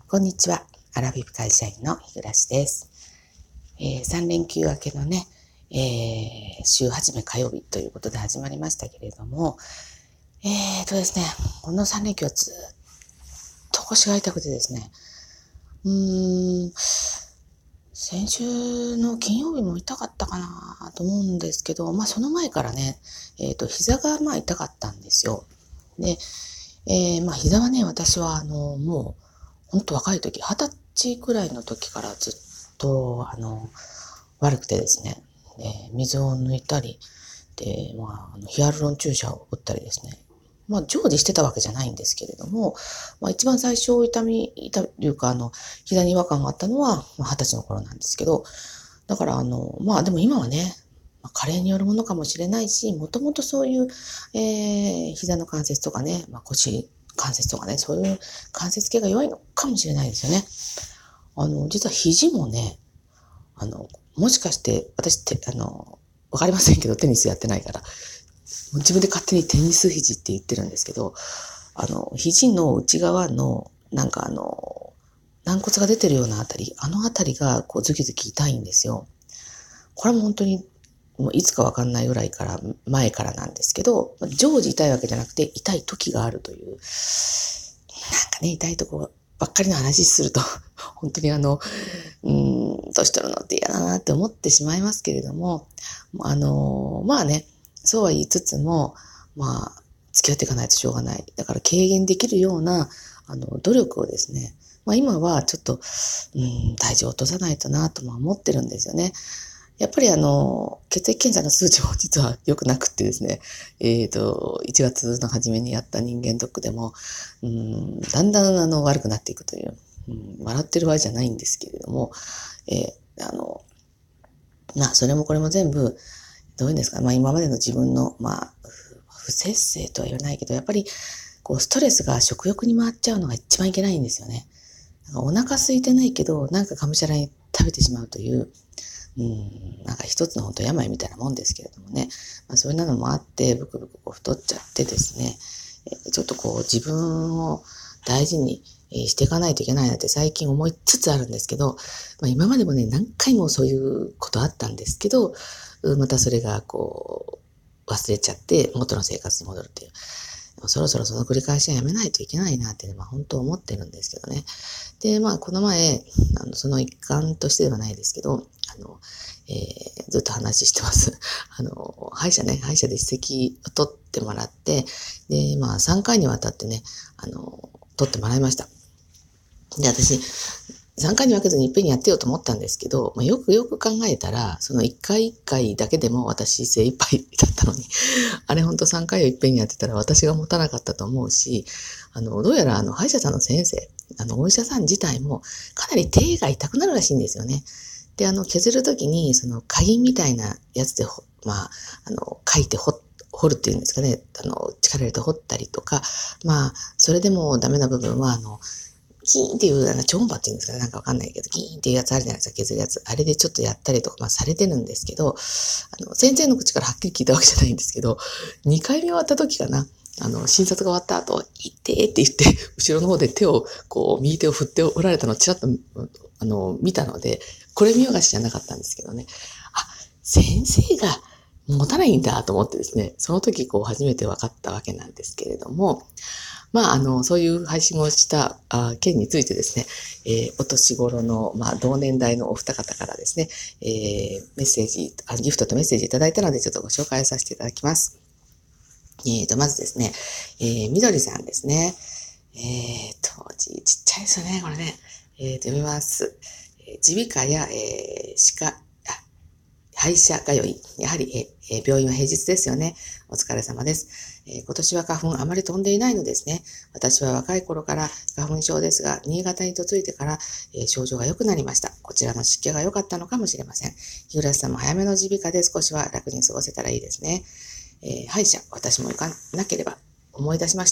こんにちは。アラフィフ会社員の日暮です。3連休明けのね、週始め火曜日ということで始まりましたけれども、ですね、この3連休はずっと腰が痛くてですね、先週の金曜日も痛かったかなと思うんですけど、その前からね、膝が痛かったんですよ。で、膝はね、私はもう、ほんと若い時、20歳くらいの時からずっと、悪くてですね、水を抜いたり、で、ヒアルロン注射を打ったりですね。常時してたわけじゃないんですけれども、一番最初痛というか、膝に違和感があったのは、20歳の頃なんですけど、だからでも今はね、加齢によるものかもしれないし、もともとそういう、膝の関節とかね、腰関節とかね、そういう関節系が弱いのかもしれないですよね。実は肘もね、もしかして、私って、わかりませんけど、テニスやってないから、自分で勝手にテニス肘って言ってるんですけど、肘の内側の、軟骨が出てるようなあたり、あのあたりが、ズキズキ痛いんですよ。これも本当に、もういつかわかんないぐらいから、前からなんですけど、常時痛いわけじゃなくて、痛い時があるという、痛いとこばっかりの話すると、本当に年取るのって嫌だなって思ってしまいますけれども、そうは言いつつも、付き合っていかないとしょうがない。だから軽減できるような、努力をですね、今はちょっと、体重を落とさないとなとも思ってるんですよね。やっぱり血液検査の数値も実は良くなくってですね、1月の初めにやった人間ドックでも、だんだん悪くなっていくという、笑ってる場合じゃないんですけれども、それもこれも全部、どういうんですか、今までの自分の、不節制とは言わないけど、やっぱり、ストレスが食欲に回っちゃうのが一番いけないんですよね。お腹空いてないけど、がむしゃらに食べてしまうという、一つの本当病みたいなもんですけれどもね。そういうのもあって、ブクブク太っちゃってですね、ちょっと自分を大事にしていかないといけないなって最近思いつつあるんですけど、今までもね、何回もそういうことあったんですけど、またそれが忘れちゃって元の生活に戻るっていう。そろそろその繰り返しはやめないといけないなって、本当思ってるんですけどね。で、この前、その一環としてではないですけど、ずっと話してます。歯医者で歯石を取ってもらって、で、3回にわたってね、取ってもらいました。で、私、3回に分けずにいっぺんにやってようと思ったんですけど、よくよく考えたら、その1回1回だけでも私精一杯だったのに、あれほんと3回をいっぺんにやってたら私が持たなかったと思うし、どうやら歯医者さんの先生、お医者さん自体もかなり手が痛くなるらしいんですよね。で、削るときに、鍵みたいなやつで、書いて掘るっていうんですかね、力入れて掘ったりとか、それでもダメな部分は、キーンっていう超音波っていうんですかね、わかんないけど、キーンっていうやつあるじゃないですか、削るやつ。あれでちょっとやったりとか、されてるんですけど、先生の口からはっきり聞いたわけじゃないんですけど、2回目終わった時かな、診察が終わった後、いってーって言って、後ろの方で右手を振っておられたのをちらっと、見たので、これ見よがしじゃなかったんですけどね。先生が持たないんだと思ってですね、その時初めて分かったわけなんですけれども、そういう配信をした件についてですね、お年頃の、同年代のお二方からですね、メッセージ、ギフトとメッセージいただいたので、ちょっとご紹介させていただきます。まずですね、みどりさんですね。ちっちゃいですよね、これね。読みます。耳鼻科や、歯医者通い。やはり、病院は平日ですよね。お疲れ様です。今年は花粉あまり飛んでいないのですね。私は若い頃から花粉症ですが、新潟に嫁いでから、症状が良くなりました。こちらの湿気が良かったのかもしれません。日暮さんも早めの耳鼻科で少しは楽に過ごせたらいいですね。歯医者、私も行かなければ思い出しました。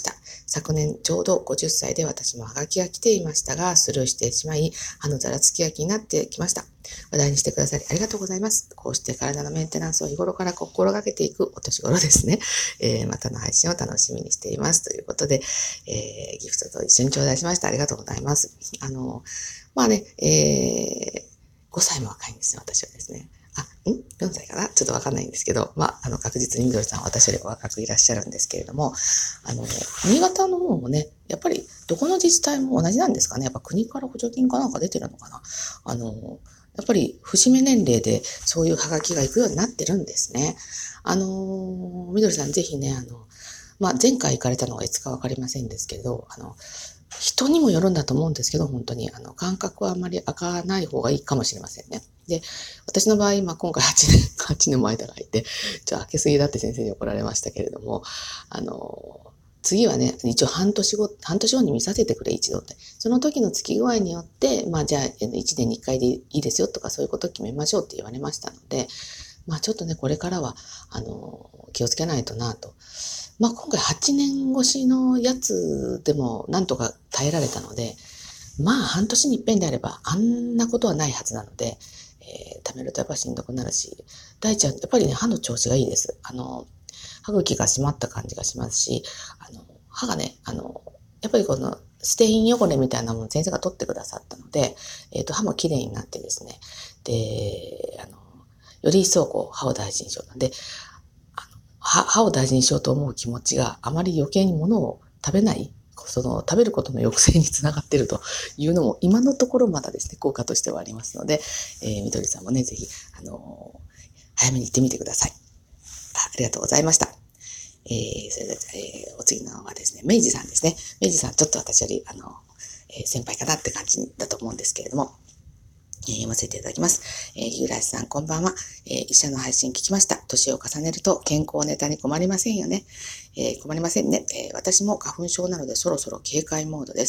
昨年ちょうど50歳で私もハガキが来ていましたが、スルーしてしまい、歯のざらつきが気になってきました。話題にしてくださりありがとうございます。こうして体のメンテナンスを日頃から心がけていくお年頃ですね。またの配信を楽しみにしています。ということで、ギフトと一緒に頂戴しました。ありがとうございます。まあね、5歳も若いんですよ、私はですね。4歳かなちょっとわかんないんですけど、確実にみどりさんは私より若くいらっしゃるんですけれども、新潟の方もね、やっぱりどこの自治体も同じなんですかね。やっぱ国から補助金かなんか出てるのかな。やっぱり節目年齢でそういうハガキが行くようになってるんですね。みどりさんぜひね、前回行かれたのがいつかわかりませんですけど、人にもよるんだと思うんですけど、本当に、間隔はあまり空かない方がいいかもしれませんね。で、私の場合、今回8年も間が空いて、開けすぎだって先生に怒られましたけれども、次はね、一応半年後に見させてくれ、一度って。その時の月具合によって、じゃあ、1年に1回でいいですよとか、そういうことを決めましょうって言われましたので、ちょっとね、これからは、気をつけないとなと。今回8年越しのやつでもなんとか耐えられたので、半年に一遍であればあんなことはないはずなので、貯めるとやっぱしんどくなるし、大ちゃん、やっぱりね、歯の調子がいいです。歯茎が締まった感じがしますし、歯がね、やっぱりこのステイン汚れみたいなものを先生が取ってくださったので、歯も綺麗になってですね、で、より一層歯を大事にしようなんで、歯を大事にしようと思う気持ちがあまり余計に物を食べない、食べることの抑制につながっているというのも今のところまだですね、効果としてはありますので、みどりさんもね、ぜひ、早めに行ってみてください。ありがとうございました。それで、お次のはですね、明治さんですね。明治さん、ちょっと私より、先輩かなって感じだと思うんですけれども、読ませていただきます。日暮さん、こんばんは。医者の配信聞きました。年を重ねると健康ネタに困りませんよね。困りませんね。私も花粉症なのでそろそろ警戒モードです。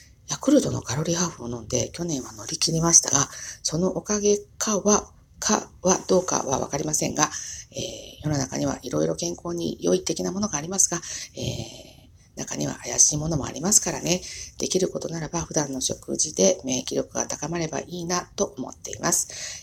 ヤクルトのカロリーハーフを飲んで去年は乗り切りましたが、そのおかげかはどうかはわかりませんが、世の中にはいろいろ健康に良い的なものがありますが、中には怪しいものもありますからね。できることならば普段の食事で免疫力が高まればいいなと思っています。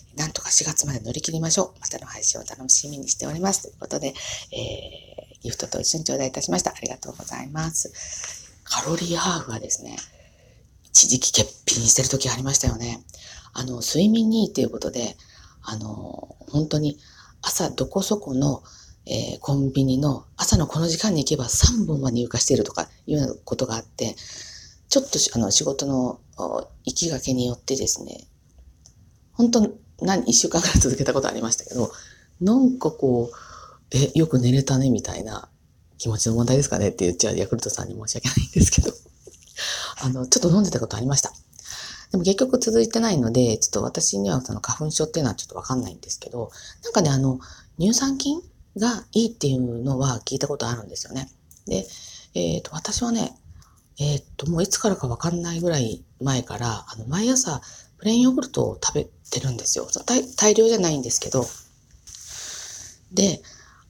なんとか4月まで乗り切りましょう。またの配信を楽しみにしております。ということで、ギフトと一緒に頂戴いたしました。ありがとうございます。カロリーハーフはですね、一時期欠品してる時ありましたよね。睡眠にいいということで、本当に朝どこそこのコンビニの朝のこの時間に行けば3本は入荷しているとかいうようなことがあって、ちょっと仕事の行きがけによってですね、本当1週間くらい続けたことありましたけど、なんかよく寝れたねみたいな気持ちの問題ですかねって言っちゃうヤクルトさんに申し訳ないんですけど、ちょっと飲んでたことありました。でも結局続いてないので、ちょっと私にはその花粉症っていうのはちょっとわかんないんですけど、なんかね、乳酸菌がいいっていうのは聞いたことあるんですよね。で、私はね、もういつからかわかんないぐらい前から、毎朝、プレーンヨーグルトを食べてるんですよ。大量じゃないんですけど。で、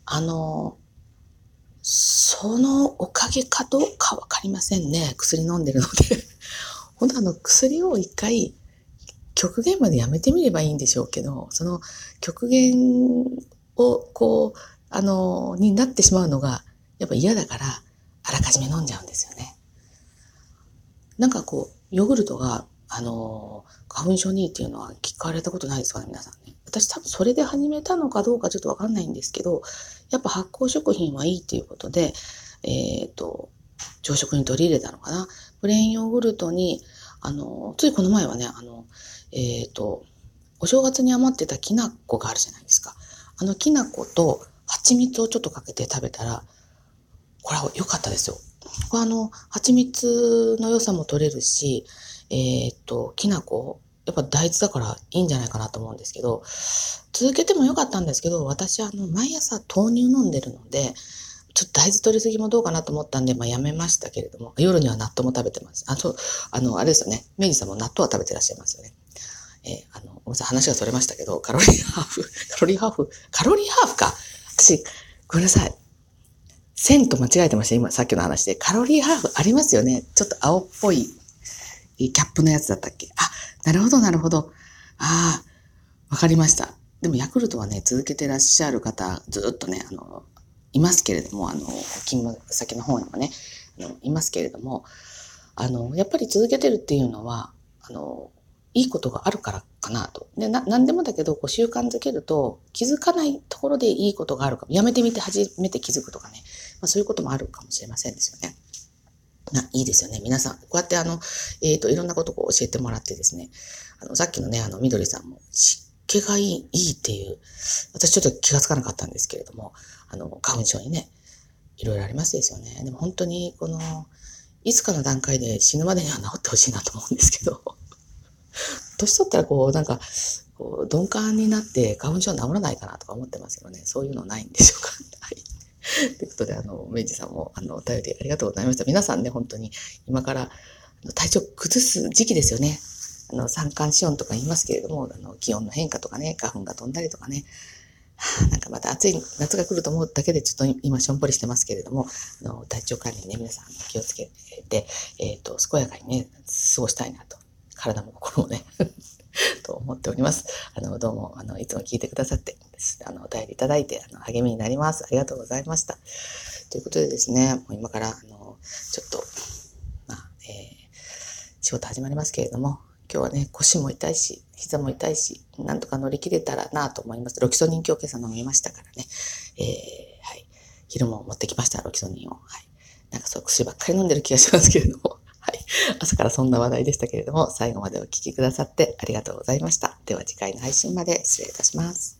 そのおかげかどうかわかりませんね。薬飲んでるので。本当薬を一回、極限までやめてみればいいんでしょうけど、その極限をになってしまうのが、やっぱ嫌だから、あらかじめ飲んじゃうんですよね。なんかヨーグルトが、花粉症にいいっていうのは聞かれたことないですかね、皆さんね。私多分それで始めたのかどうかちょっとわかんないんですけど、やっぱ発酵食品はいいっていうことで、朝食に取り入れたのかな。プレーンヨーグルトに、ついこの前はね、お正月に余ってたきな粉があるじゃないですか。きな粉と蜂蜜をちょっとかけて食べたら、これは良かったですよ。これ蜂蜜の良さも取れるし、きな粉、やっぱ大豆だからいいんじゃないかなと思うんですけど、続けても良かったんですけど、私毎朝豆乳飲んでるので、ちょっと大豆取りすぎもどうかなと思ったんで、やめましたけれども、夜には納豆も食べてます。あれですよね。明治さんも納豆は食べてらっしゃいますよね。ごめんなさい、話がそれましたけど、カロリーハーフか。私、ごめんなさい。 線と間違えてました、今、さっきの話で。カロリーハーフありますよね。ちょっと青っぽいキャップのやつだったっけ。あ、なるほど、なるほど。ああ、わかりました。でもヤクルトはね、続けてらっしゃる方、ずっとね、いますけれども、勤務先の方にもね、いますけれども、やっぱり続けてるっていうのは、いいことがあるからかなと。で、なんでもだけど、こう習慣づけると、気づかないところでいいことがあるかも。やめてみて初めて気づくとかね。まあそういうこともあるかもしれませんですよね。いいですよね。皆さん、こうやっていろんなことを教えてもらってですね、さっきのね、みどりさんも、湿気がいいっていう、私ちょっと気がつかなかったんですけれども、花粉症にね、いろいろありますですよね。でも本当に、いつかの段階で死ぬまでには治ってほしいなと思うんですけど、年取ったら鈍感になって花粉症治らないかなとか思ってますけどね、そういうのないんでしょうか。はい。ということで、明治さんも、お便りありがとうございました。皆さんね、本当に、今から、体調崩す時期ですよね。三寒四温とか言いますけれども、気温の変化とかね、花粉が飛んだりとかね、なんかまた暑い夏が来ると思うだけでちょっと今しょんぼりしてますけれども、体調管理にね、皆さん気をつけて、健やかにね、過ごしたいなと。体も心もね、と思っております。どうも、いつも聞いてくださって、お便りいただいて、励みになります。ありがとうございました。ということでですね、もう今から、ちょっと、仕事始まりますけれども、今日はね、腰も痛いし、膝も痛いし、なんとか乗り切れたらなと思います。ロキソニン今日今朝飲みましたからね。はい。昼も持ってきました、ロキソニンを。はい。なんかそう、薬ばっかり飲んでる気がしますけれども。はい。朝からそんな話題でしたけれども、最後までお聞きくださってありがとうございました。では次回の配信まで失礼いたします。